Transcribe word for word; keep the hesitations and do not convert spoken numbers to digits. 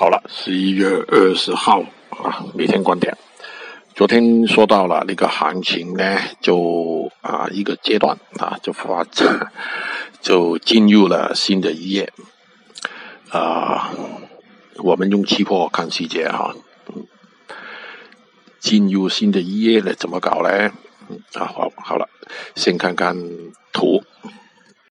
好了，十一月二十号啊，每天观点。昨天说到了那个行情呢，就啊一个阶段啊就发展，就进入了新的一页。啊，我们用期货看世界哈，进入新的一页呢怎么搞呢？啊好好了，先看看图